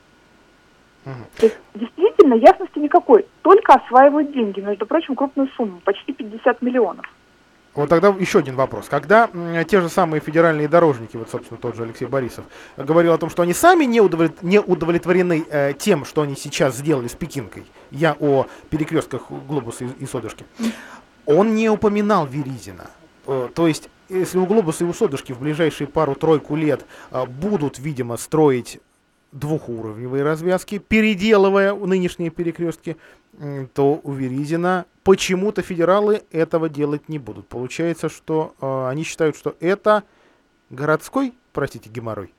То есть действительно ясности никакой, только осваивают деньги, между прочим, крупную сумму, почти 50 миллионов. Вот тогда еще один вопрос. Когда те же самые федеральные дорожники, вот, собственно, тот же Алексей Борисов, говорил о том, что они сами не удовлетворены тем, что они сейчас сделали с Пекинкой, я о перекрестках Глобуса и Содышки, он не упоминал Веризина. То есть, если у Глобуса и у Содышки в ближайшие пару-тройку лет будут, видимо, строить двухуровневые развязки, переделывая нынешние перекрестки, то у Веризина почему-то федералы этого делать не будут. Получается, что они считают, что это городской, геморрой?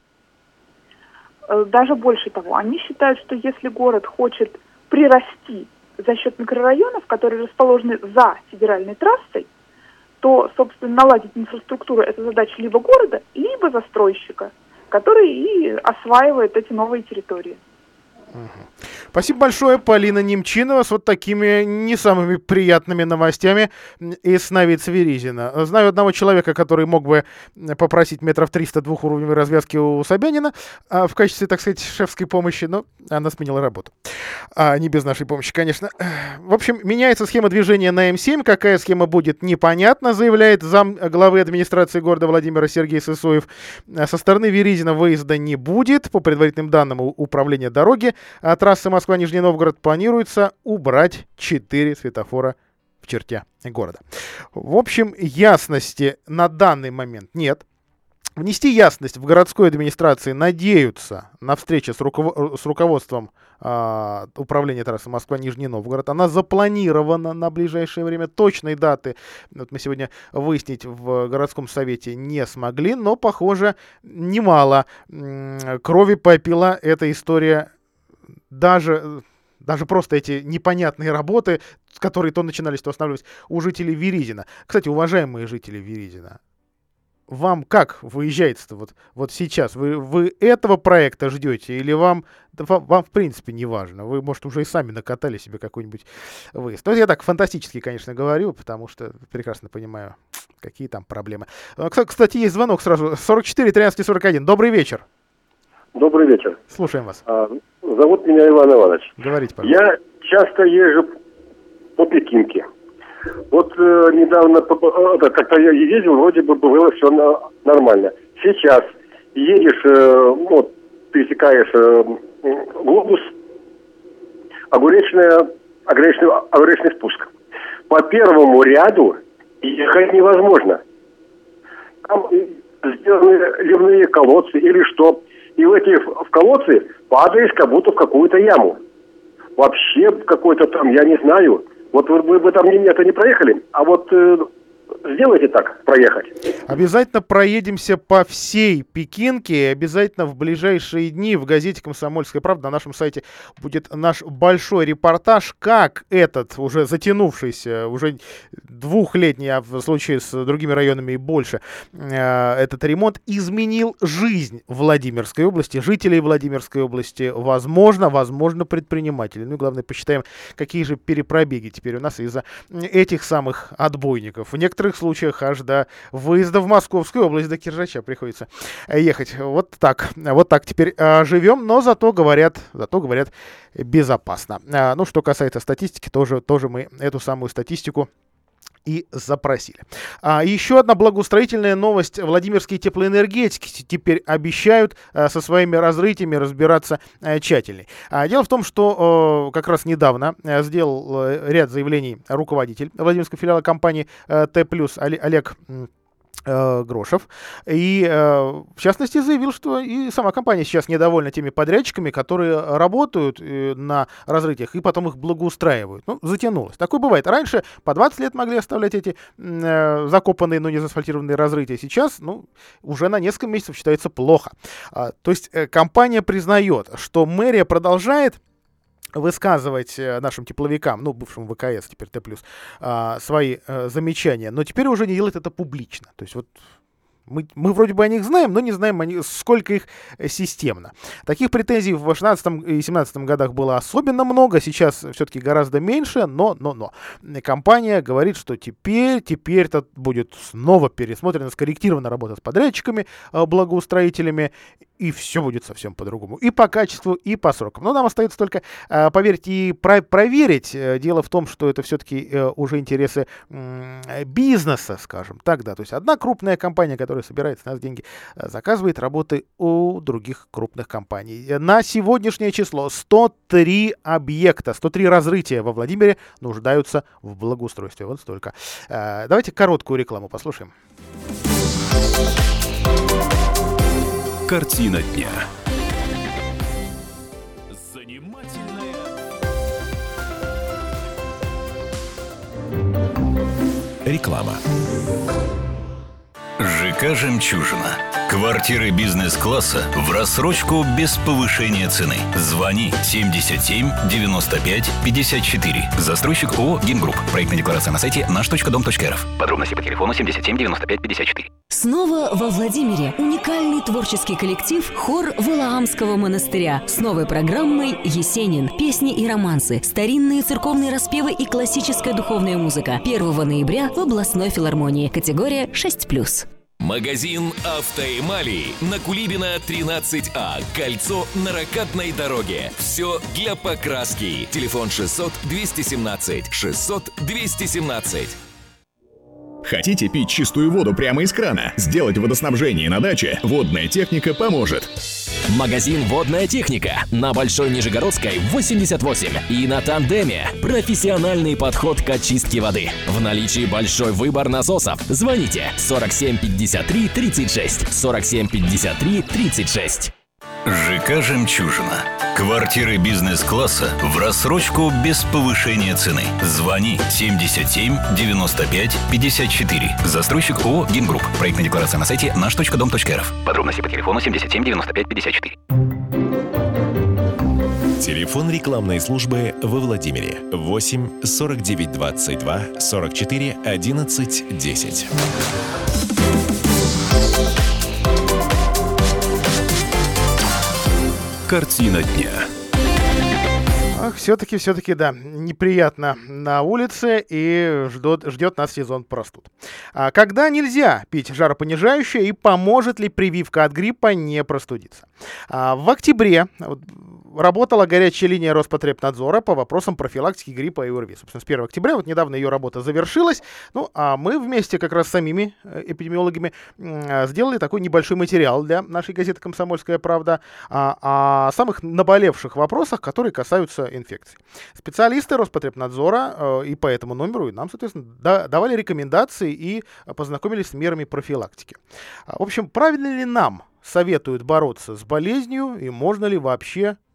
Даже больше того, они считают, что если город хочет прирасти за счет микрорайонов, которые расположены за федеральной трассой, то, собственно, наладить инфраструктуру — это задача либо города, либо застройщика, который и осваивает эти новые территории. Спасибо большое, Полина Немчинова, с вот такими не самыми приятными новостями из Новиц Веризина. Знаю одного человека, который мог бы попросить метров 300 двухуровневой развязки у Собянина в качестве, так сказать, шефской помощи, но она сменила работу. Не без нашей помощи, конечно. В общем, меняется схема движения на М7. Какая схема будет, непонятно, заявляет зам главы администрации города Владимира Сергей Сысоев. Со стороны Веризина выезда не будет. По предварительным данным управления дороги трассы Москва-Нижний Новгород планируется убрать 4 светофора в черте города. В общем, ясности на данный момент нет. Внести ясность в городской администрации надеются на встрече с руководством управления трассы Москва-Нижний Новгород. Она запланирована на ближайшее время. Точной даты вот мы сегодня выяснить в городском совете не смогли, но, похоже, немало крови попила эта история. Даже просто эти непонятные работы, которые то начинались, то останавливались у жителей Веризина. Кстати, уважаемые жители Веризина, вам как выезжается-то вот сейчас? Вы этого проекта ждете или вам в принципе не важно? Вы, может, уже и сами накатали себе какой-нибудь выезд. Но я так фантастически, конечно, говорю, потому что прекрасно понимаю, какие там проблемы. Кстати, есть звонок сразу. 44 13 41. Добрый вечер. Добрый вечер. Слушаем вас. Зовут меня Иван Иванович. Говорите, пожалуйста. Я часто езжу по Пекинке. Вот недавно как-то я ездил, вроде бы было все нормально. Сейчас едешь, пересекаешь Глобус, огуречный спуск. По первому ряду ехать невозможно. Там сделаны ливные колодцы или что. И в колодцы падаешь как будто в какую-то яму. Вообще какой-то там, я не знаю. Вот вы там это не проехали, а вот сделайте так, проехать. Обязательно проедемся по всей Пекинке. Обязательно в ближайшие дни в газете «Комсомольская правда» на нашем сайте будет наш большой репортаж, как этот уже затянувшийся, уже двухлетний, а в случае с другими районами и больше, этот ремонт изменил жизнь Владимирской области, жителей Владимирской области, возможно, предпринимателей. Ну и главное, посчитаем, какие же перепробеги теперь у нас из-за этих самых отбойников. В некоторых случаях аж до выезда в Московскую область, до Киржача приходится ехать. Вот так теперь живем, но зато говорят безопасно. Ну, что касается статистики, тоже мы эту самую статистику и запросили. Еще одна благоустроительная новость. Владимирские теплоэнергетики теперь обещают со своими разрытиями разбираться тщательней. Дело в том, что как раз недавно сделал ряд заявлений руководитель Владимирской филиала компании Т+, Олег Грошев. И, в частности, заявил, что и сама компания сейчас недовольна теми подрядчиками, которые работают на разрытиях и потом их благоустраивают. Ну, затянулось. Такое бывает. Раньше по 20 лет могли оставлять эти закопанные, но не заасфальтированные разрытия. Сейчас, уже на несколько месяцев считается плохо. То есть компания признает, что мэрия продолжает высказывать нашим тепловикам, бывшим ВКС, теперь Т+, свои замечания, но теперь уже не делает это публично. То есть мы вроде бы о них знаем, но не знаем, сколько их системно. Таких претензий в 2016 и 2017 годах было особенно много, сейчас все-таки гораздо меньше, но. Компания говорит, что теперь-то будет снова пересмотрена, скорректирована работа с подрядчиками, благоустроителями, и все будет совсем по-другому. И по качеству, и по срокам. Но нам остается только поверить и проверить. Дело в том, что это все-таки уже интересы бизнеса, скажем так, да. То есть одна крупная компания, которая собирает с нас деньги, заказывает работы у других крупных компаний. На сегодняшнее число 103 объекта, 103 разрытия во Владимире нуждаются в благоустройстве. Вот столько. Давайте короткую рекламу послушаем. Картина дня. Реклама. ЖК «Жемчужина». Квартиры бизнес-класса в рассрочку без повышения цены. Звони 77 95 54. Застройщик ООО «Гимгрупп». Проектная декларация на сайте наш.дом.рф. Подробности по телефону 77 95 54. Снова во Владимире уникальный творческий коллектив хор Валаамского монастыря с новой программой «Есенин. Песни и романсы», старинные церковные распевы и классическая духовная музыка. 1 ноября в областной филармонии. Категория 6+. Магазин «Автоэмали» на Кулибина, 13А. Кольцо на Ракатной дороге. Все для покраски. Телефон 600-217. 600-217. Хотите пить чистую воду прямо из крана? Сделать водоснабжение на даче? Водная техника поможет. Магазин «Водная техника» на Большой Нижегородской, 88. И на Тандеме. Профессиональный подход к очистке воды. В наличии большой выбор насосов. Звоните 47 53 36. 47 53 36. ЖК «Жемчужина». Квартиры бизнес-класса в рассрочку без повышения цены. Звони 77 95 54. Застройщик ООО «Гимгрупп». Проектная декларация на сайте наш.дом.рф. Подробности по телефону 77 95 54. Телефон рекламной службы во Владимире 8 49 22 44 11 10. Картина дня. Все-таки, да, неприятно на улице и ждет нас сезон простуд. Когда нельзя пить жаропонижающее и поможет ли прививка от гриппа не простудиться? В октябре работала горячая линия Роспотребнадзора по вопросам профилактики гриппа и ОРВИ. Собственно, с 1 октября, недавно ее работа завершилась. А мы вместе как раз с самими эпидемиологами сделали такой небольшой материал для нашей газеты «Комсомольская правда» о самых наболевших вопросах, которые касаются инфекций. Специалисты Роспотребнадзора и по этому номеру и нам, соответственно, давали рекомендации и познакомились с мерами профилактики. В общем, правильно ли нам советуют бороться с болезнью и можно ли вообще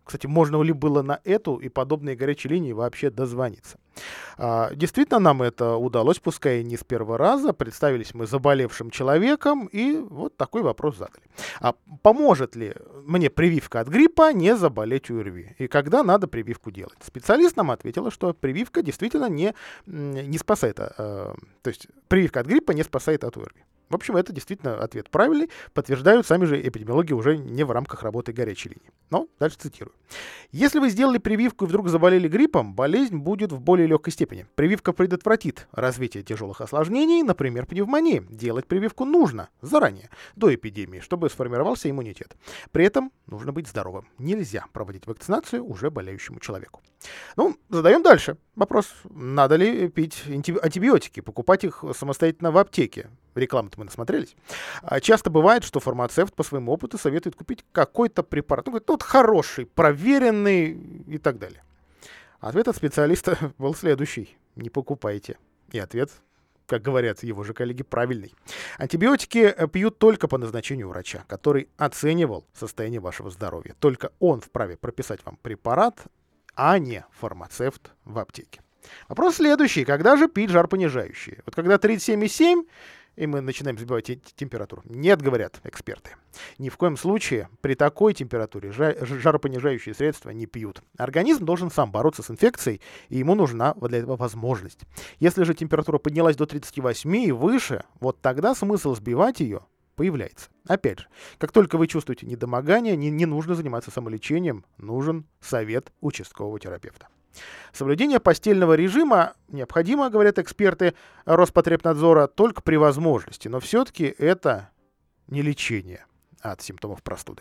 Кстати, можно ли было на эту и подобные горячие линии вообще дозвониться? Действительно, нам это удалось, пускай и не с первого раза. Представились мы заболевшим человеком и вот такой вопрос задали. Поможет ли мне прививка от гриппа не заболеть ОРВИ? И когда надо прививку делать? Специалист нам ответила, что прививка действительно не спасает, то есть прививка от гриппа не спасает от ОРВИ. В общем, это действительно ответ правильный, подтверждают сами же эпидемиологи уже не в рамках работы горячей линии. Но дальше цитирую. Если вы сделали прививку и вдруг заболели гриппом, болезнь будет в более легкой степени. Прививка предотвратит развитие тяжелых осложнений, например, пневмонии. Делать прививку нужно заранее, до эпидемии, чтобы сформировался иммунитет. При этом нужно быть здоровым. Нельзя проводить вакцинацию уже болеющему человеку. Задаем дальше вопрос. Надо ли пить антибиотики, покупать их самостоятельно в аптеке? Рекламы-то мы насмотрелись. Часто бывает, что фармацевт по своему опыту советует купить какой-то препарат. Говорит, хороший, проверенный и так далее. Ответ от специалиста был следующий. Не покупайте. И ответ, как говорят его же коллеги, правильный. Антибиотики пьют только по назначению врача, который оценивал состояние вашего здоровья. Только он вправе прописать вам препарат, а не фармацевт в аптеке. Вопрос следующий. Когда же пить жаропонижающие? Вот когда 37,7, и мы начинаем сбивать температуру. Нет, говорят эксперты. Ни в коем случае при такой температуре жаропонижающие средства не пьют. Организм должен сам бороться с инфекцией, и ему нужна для этого возможность. Если же температура поднялась до 38 и выше, вот тогда смысл сбивать ее появляется. Опять же, как только вы чувствуете недомогание, не нужно заниматься самолечением, нужен совет участкового терапевта. Соблюдение постельного режима необходимо, говорят эксперты Роспотребнадзора, только при возможности, но все-таки это не лечение от симптомов простуды.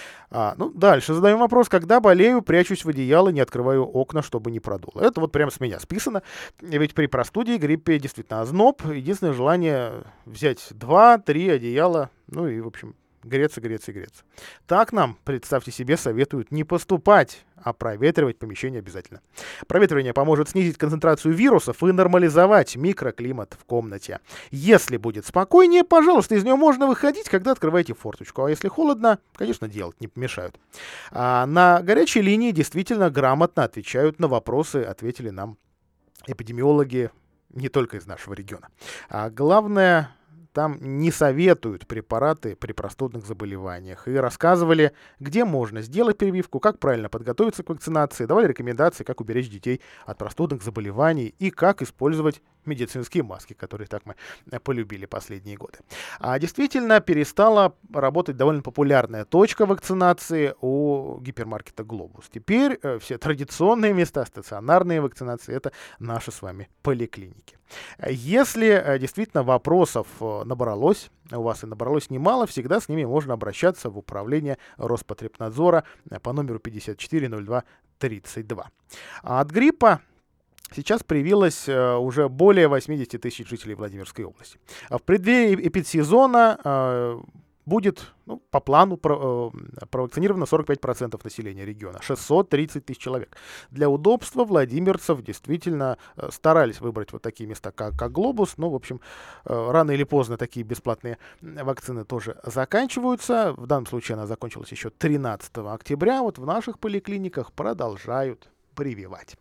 Дальше задаем вопрос, когда болею, прячусь в одеяло, не открываю окна, чтобы не продуло. Это вот прямо с меня списано, ведь при простуде и гриппе действительно озноб, единственное желание взять 2-3 одеяла, и, в общем, греться. Так нам, представьте себе, советуют не поступать, а проветривать помещение обязательно. Проветривание поможет снизить концентрацию вирусов и нормализовать микроклимат в комнате. Если будет спокойнее, пожалуйста, из нее можно выходить, когда открываете форточку. А если холодно, конечно, делать не помешают. На горячей линии действительно грамотно отвечают на вопросы, ответили нам эпидемиологи не только из нашего региона. А главное, там не советуют препараты при простудных заболеваниях. И рассказывали, где можно сделать прививку, как правильно подготовиться к вакцинации, давали рекомендации, как уберечь детей от простудных заболеваний и как использовать медицинские маски, которые так мы полюбили последние годы. Действительно, перестала работать довольно популярная точка вакцинации у гипермаркета «Глобус». Теперь все традиционные места, стационарные вакцинации — это наши с вами поликлиники. Если действительно вопросов набралось, у вас и набралось немало, всегда с ними можно обращаться в управление Роспотребнадзора по номеру 540232. От гриппа сейчас привилось уже более 80 тысяч жителей Владимирской области. В преддверии эпидсезона будет, по плану, провакцинировано 45% населения региона, 630 тысяч человек. Для удобства владимирцев действительно старались выбрать вот такие места, как «Глобус». В общем, рано или поздно такие бесплатные вакцины тоже заканчиваются. В данном случае она закончилась еще 13 октября. Вот в наших поликлиниках продолжают прививать.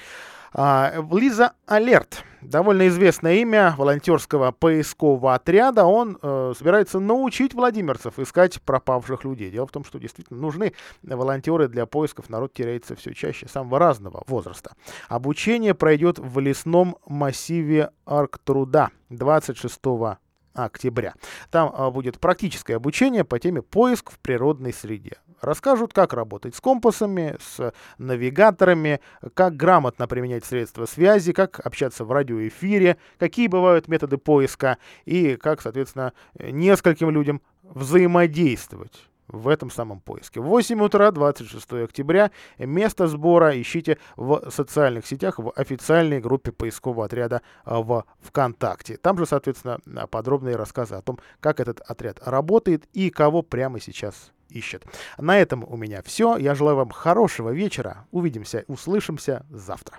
Лиза Алерт, довольно известное имя волонтерского поискового отряда. Он собирается научить владимирцев искать пропавших людей. Дело в том, что действительно нужны волонтеры для поисков. Народ теряется все чаще, самого разного возраста. Обучение пройдет в лесном массиве Арктруда 26 октября. Там будет практическое обучение по теме «Поиск в природной среде». Расскажут, как работать с компасами, с навигаторами, как грамотно применять средства связи, как общаться в радиоэфире, какие бывают методы поиска и как, соответственно, нескольким людям взаимодействовать в этом самом поиске. В 8 утра 26 октября место сбора ищите в социальных сетях, в официальной группе поискового отряда в ВКонтакте. Там же, соответственно, подробные рассказы о том, как этот отряд работает и кого прямо сейчас ищет. На этом у меня все. Я желаю вам хорошего вечера. Увидимся, услышимся завтра.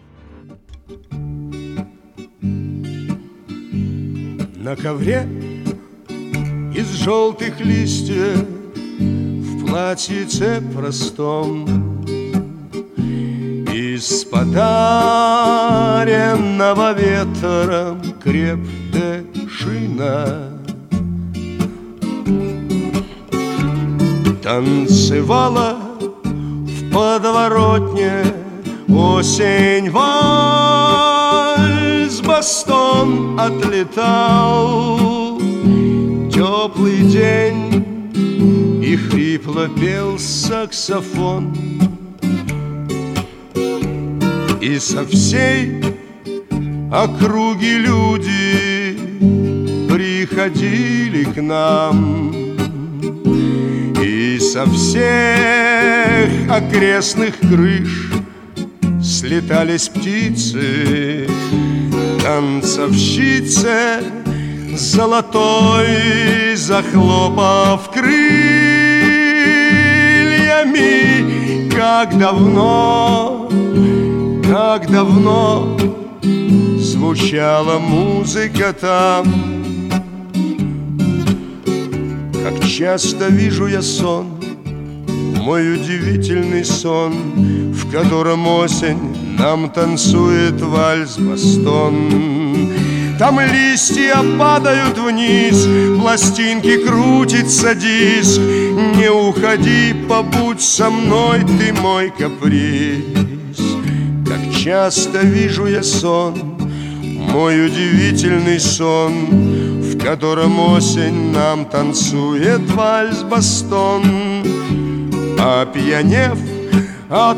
На ковре из желтых листьев в платьице простом из подаренного ветром крепдешина танцевала в подворотне осень, вальс, бастон отлетал, теплый день, и хрипло пел саксофон. И со всей округи люди приходили к нам, и со всех окрестных крыш слетались птицы, танцовщицы золотой, захлопав крыльями. Как давно звучала музыка там. Как часто вижу я сон, мой удивительный сон, в котором осень нам танцует вальс-бастон. Там листья падают вниз, пластинки крутится диск. Не уходи, побудь со мной, ты мой каприз. Как часто вижу я сон, мой удивительный сон, в котором осень нам танцует вальс-бастон. Опьянев от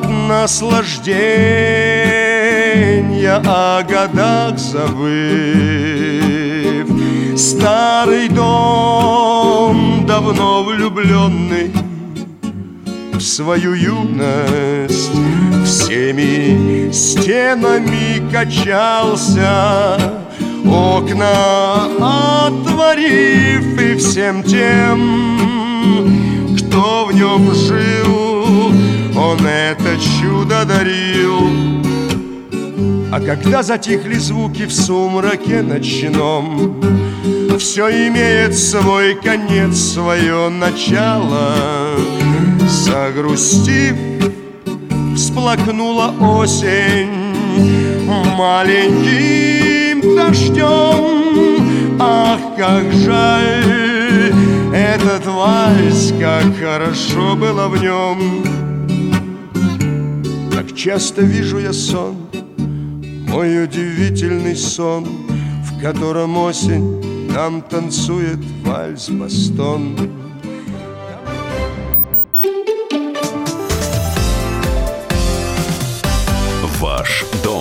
наслаждения, о годах забыв, старый дом, давно влюбленный в свою юность, всеми стенами качался, окна отворив, и всем тем, кто в нем жил, он это чудо дарил. А когда затихли звуки в сумраке ночном, все имеет свой конец, свое начало. Загрустив, всплакнула осень маленьким дождем. Ах, как жаль этот вальс, как хорошо было в нем. Как часто вижу я сон, мой удивительный сон, в котором осень нам танцует вальс-бастон. Ваш дом.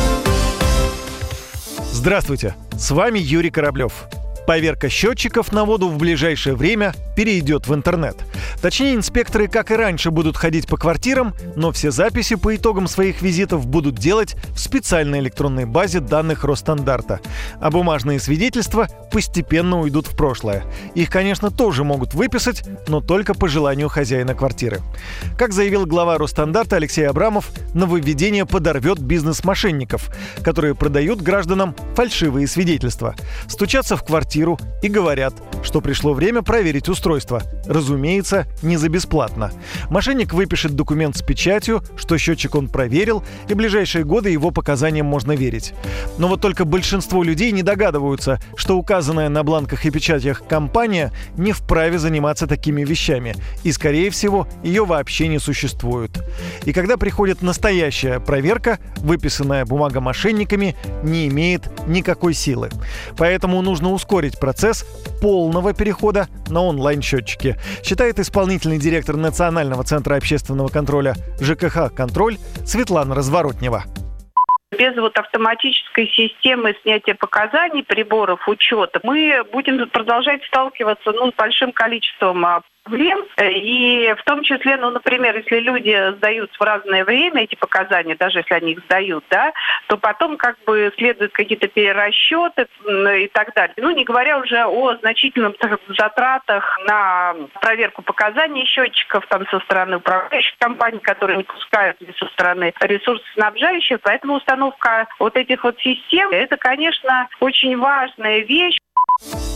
Здравствуйте, с вами Юрий Кораблев. Поверка счетчиков на воду в ближайшее время перейдет в интернет. Точнее, инспекторы, как и раньше, будут ходить по квартирам, но все записи по итогам своих визитов будут делать в специальной электронной базе данных Росстандарта. А бумажные свидетельства постепенно уйдут в прошлое. Их, конечно, тоже могут выписать, но только по желанию хозяина квартиры. Как заявил глава Росстандарта Алексей Абрамов, нововведение подорвет бизнес мошенников, которые продают гражданам фальшивые свидетельства. Стучатся в квартиру и говорят, что пришло время проверить устройство. Разумеется, не за бесплатно. Мошенник выпишет документ с печатью, что счетчик он проверил, и в ближайшие годы его показаниям можно верить. Но вот только большинство людей не догадываются, что указанная на бланках и печатях компания не вправе заниматься такими вещами, и, скорее всего, ее вообще не существует. И когда приходит настоящая проверка, выписанная бумага мошенниками не имеет никакой силы. Поэтому нужно ускорить процесс полного перехода на онлайн-счетчики, считает исполнительный директор Национального центра общественного контроля ЖКХ «Контроль» Светлана Разворотнева. Без автоматической системы снятия показаний, приборов учета, мы будем продолжать сталкиваться с большим количеством проблем. И в том числе, например, если люди сдают в разное время эти показания, даже если они их сдают, то потом следуют какие-то перерасчеты и так далее. Не говоря уже о значительных затратах на проверку показаний счетчиков со стороны управляющих компаний, которые не пускают, или со стороны ресурсоснабжающих. Поэтому установка этих систем – это, конечно, очень важная вещь.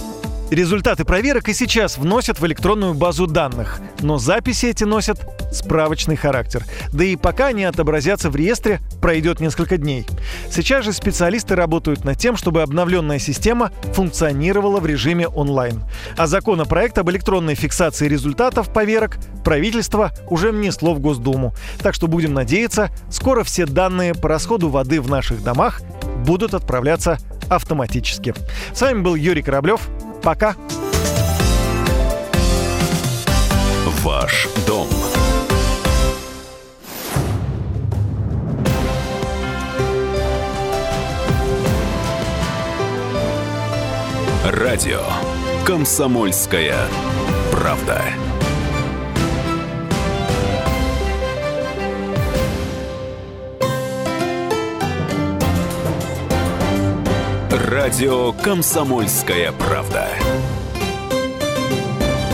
Результаты проверок и сейчас вносят в электронную базу данных, но записи эти носят справочный характер. Да и пока они отобразятся в реестре, пройдет несколько дней. Сейчас же специалисты работают над тем, чтобы обновленная система функционировала в режиме онлайн. А законопроект об электронной фиксации результатов поверок правительство уже внесло в Госдуму. Так что будем надеяться, скоро все данные по расходу воды в наших домах будут отправляться автоматически. С вами был Юрий Кораблев. Пока. Ваш дом. Радио «Комсомольская правда». Радио «Комсомольская правда».